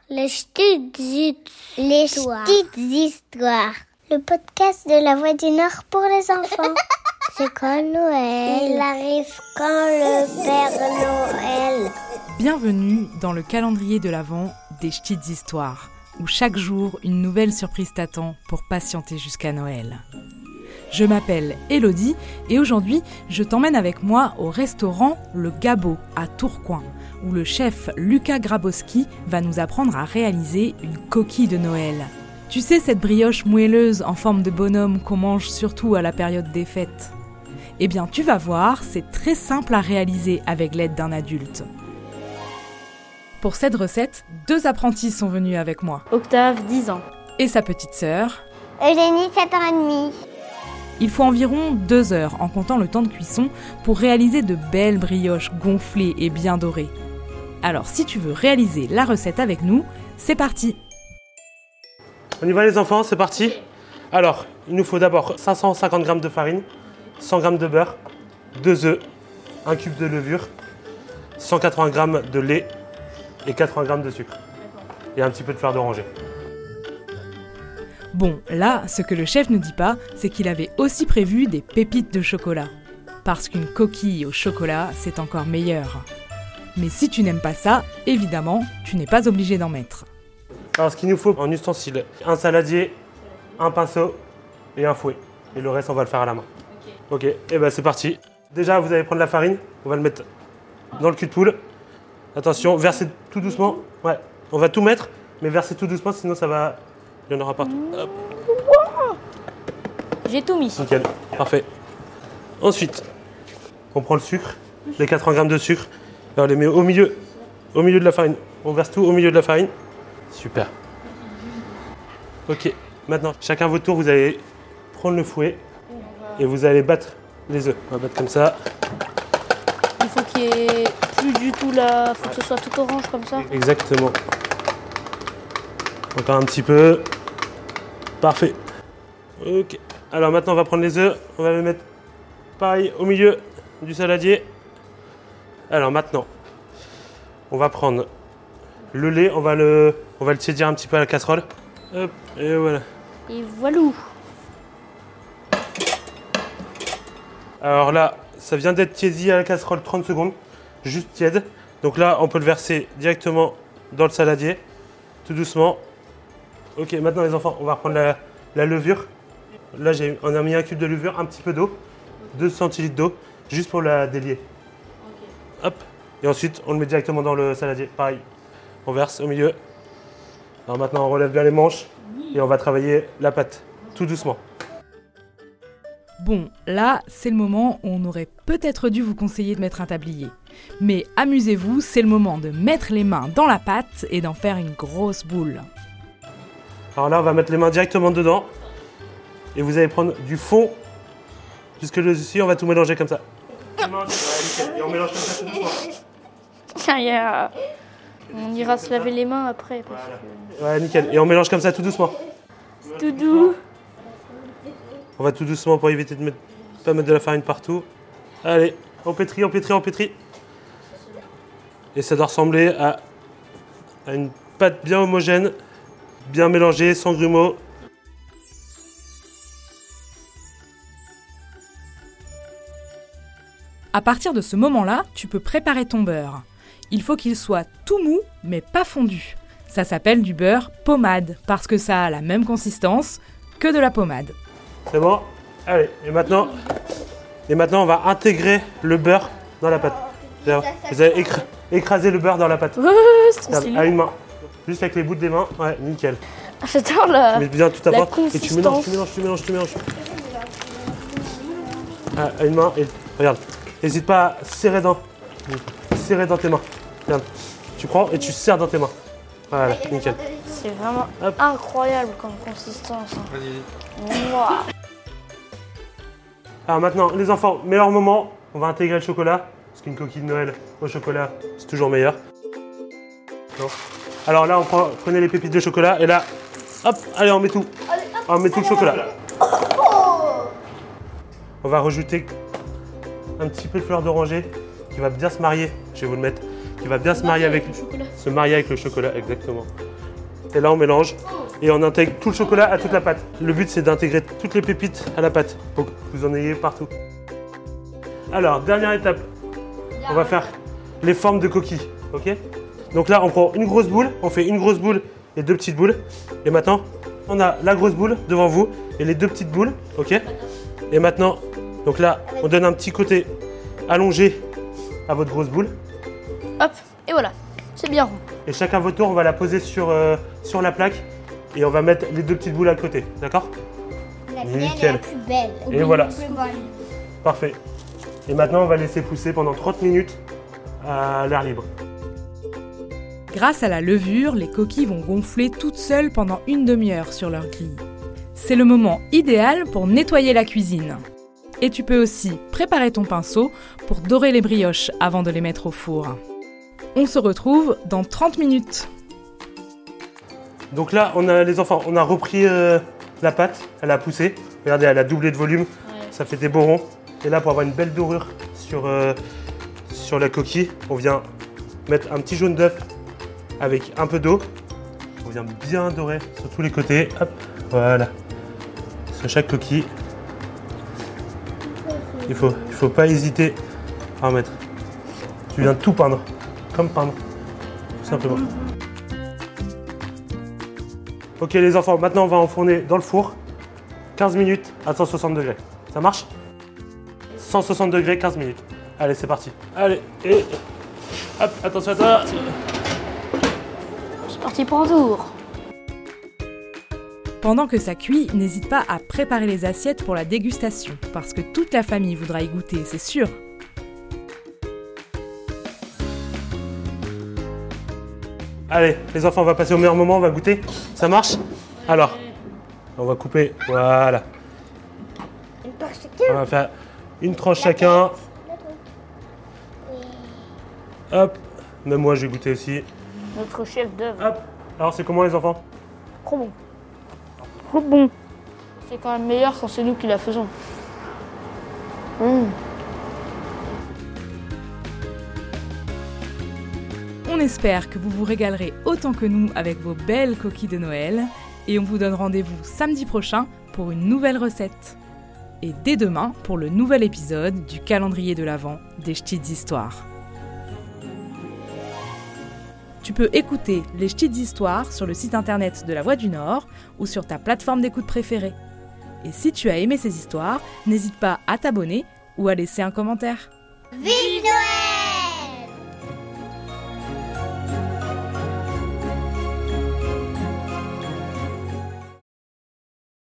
Les petites histoires. Le podcast de la Voix du Nord pour les enfants. C'est quand Noël? Il arrive quand le Père Noël? Bienvenue dans le calendrier de l'Avent des petites histoires, où chaque jour une nouvelle surprise t'attend pour patienter jusqu'à Noël. Je m'appelle Elodie et aujourd'hui je t'emmène avec moi au restaurant Le Gabot à Tourcoing, où le chef Lucas Grabowski va nous apprendre à réaliser une coquille de Noël. Tu sais, cette brioche moelleuse en forme de bonhomme qu'on mange surtout à la période des fêtes? Eh bien tu vas voir, c'est très simple à réaliser avec l'aide d'un adulte. Pour cette recette, 2 apprentis sont venus avec moi. Octave, 10 ans. Et sa petite sœur. Eugénie, 7 ans et demi. Il faut environ 2 heures, en comptant le temps de cuisson, pour réaliser de belles brioches gonflées et bien dorées. Alors si tu veux réaliser la recette avec nous, c'est parti! On y va les enfants, c'est parti. Alors, il nous faut d'abord 550 g de farine, 100 g de beurre, 2 œufs, 1 cube de levure, 180 g de lait et 80 g de sucre. Et un petit peu de fleur d'oranger. Bon, là, ce que le chef ne dit pas, c'est qu'il avait aussi prévu des pépites de chocolat. Parce qu'une coquille au chocolat, c'est encore meilleur. Mais si tu n'aimes pas ça, évidemment, tu n'es pas obligé d'en mettre. Alors, ce qu'il nous faut en ustensiles, un saladier, un pinceau et un fouet. Et le reste, on va le faire à la main. Ok, et ben c'est parti. Déjà, vous allez prendre la farine, on va le mettre dans le cul de poule. Attention, versez tout doucement. Ouais, on va tout mettre, mais versez tout doucement, sinon ça va... Il y en aura partout. Hop. J'ai tout mis. Nickel, parfait. Ensuite, on prend le sucre, les 80 g de sucre, et on les met au milieu de la farine. On verse tout au milieu de la farine. Super. Ok, maintenant, chacun votre tour, vous allez prendre le fouet et vous allez battre les œufs. On va battre comme ça. Il faut qu'il y ait plus du tout là, faut que ce soit tout orange comme ça. Exactement. Encore un petit peu. Parfait. Ok. Alors maintenant, on va prendre les œufs. On va les mettre pareil au milieu du saladier. Alors maintenant, on va prendre le lait. On va le tiédir un petit peu à la casserole. Hop. Et voilà. Et voilà. Alors là, ça vient d'être tiédi à la casserole 30 secondes. Juste tiède. Donc là, on peut le verser directement dans le saladier. Tout doucement. Ok, maintenant les enfants, on va reprendre la levure. Là, on a mis 1 cube de levure, un petit peu d'eau, 2 centilitres d'eau, juste pour la délier. Okay. Hop. Et ensuite, on le met directement dans le saladier. Pareil, on verse au milieu. Alors maintenant, on relève bien les manches et on va travailler la pâte, tout doucement. Bon, là, c'est le moment où on aurait peut-être dû vous conseiller de mettre un tablier. Mais amusez-vous, c'est le moment de mettre les mains dans la pâte et d'en faire une grosse boule. Alors là, on va mettre les mains directement dedans. Et vous allez prendre du fond jusque dessus, on va tout mélanger comme ça. Et on mélange comme ça tout doucement. On ira se laver les mains après. Parce que... Ouais, nickel. Et on mélange comme ça tout doucement. Tout doux. On va tout doucement pour éviter de pas mettre de la farine partout. Allez, on pétrit, on pétrit, on pétrit. Et ça doit ressembler à une pâte bien homogène, bien mélangée, sans grumeaux. À partir de ce moment-là, tu peux préparer ton beurre. Il faut qu'il soit tout mou, mais pas fondu. Ça s'appelle du beurre pommade, parce que ça a la même consistance que de la pommade. C'est bon? Allez, et maintenant, on va intégrer le beurre dans la pâte. Vous allez écraser le beurre dans la pâte. À une main. Juste avec les bouts des mains. Ouais, nickel. J'adore la Tu mets bien tout à la part. Et tu mélanges. À une main et regarde. N'hésite pas à serrer dans tes mains. Regarde. Tu prends et tu serres dans tes mains. Voilà, nickel. C'est vraiment incroyable comme consistance. Wow. Alors maintenant, les enfants, meilleur moment, on va intégrer le chocolat. Parce qu'une coquille de Noël au chocolat, c'est toujours meilleur. Non. Alors là, prenez les pépites de chocolat et là, hop, allez, on met tout. On met tout le chocolat. On va rajouter un petit peu de fleur d'oranger qui va bien se marier. Je vais vous le mettre. Qui va bien se marier avec le chocolat, exactement. Et là, on mélange et on intègre tout le chocolat à toute la pâte. Le but, c'est d'intégrer toutes les pépites à la pâte pour que vous en ayez partout. Alors, dernière étape, on va faire les formes de coquilles, ok? Donc là, on prend une grosse boule, on fait une grosse boule et 2 petites boules. Et maintenant, on a la grosse boule devant vous et les 2 petites boules, ok? Et maintenant, donc là, on donne un petit côté allongé à votre grosse boule. Hop, et voilà, c'est bien rond. Et chacun votre tour, on va la poser sur la plaque et on va mettre les 2 petites boules à côté, d'accord? La mienne est Nickel. la plus belle. Et voilà, La plus bonne. parfait. Et maintenant, on va laisser pousser pendant 30 minutes à l'air libre. Grâce à la levure, les coquilles vont gonfler toutes seules pendant une demi-heure sur leur grille. C'est le moment idéal pour nettoyer la cuisine. Et tu peux aussi préparer ton pinceau pour dorer les brioches avant de les mettre au four. On se retrouve dans 30 minutes. Donc là, les enfants, on a repris la pâte, elle a poussé. Regardez, elle a doublé de volume, ça fait des beaux ronds. Et là, pour avoir une belle dorure sur la coquille, on vient mettre un petit jaune d'œuf avec un peu d'eau. On vient bien dorer sur tous les côtés. Hop, voilà. Sur chaque coquille. Il faut pas hésiter à en mettre. Tu viens tout peindre, comme peindre, tout simplement. Ok les enfants, maintenant on va enfourner dans le four 15 minutes à 160 degrés. Ça marche? 160 degrés, 15 minutes. Allez, c'est parti. Allez, et hop, attention à toi. C'est parti pour un tour. Pendant que ça cuit, n'hésite pas à préparer les assiettes pour la dégustation, parce que toute la famille voudra y goûter, c'est sûr. Allez, les enfants, on va passer au meilleur moment, on va goûter. Ça marche? Alors, on va couper, voilà. Une part On chacun. va faire une tranche chacun. Hop, même moi je vais goûter aussi. Notre chef d'œuvre. Hop, alors c'est comment les enfants? Trop bon. Trop bon. C'est quand même meilleur quand c'est nous qui la faisons. On espère que vous vous régalerez autant que nous avec vos belles coquilles de Noël et on vous donne rendez-vous samedi prochain pour une nouvelle recette. Et dès demain pour le nouvel épisode du calendrier de l'Avent des Ch'tites Histoires. Tu peux écouter les Ch'tites Histoires sur le site internet de La Voix du Nord ou sur ta plateforme d'écoute préférée. Et si tu as aimé ces histoires, n'hésite pas à t'abonner ou à laisser un commentaire. Vive Noël!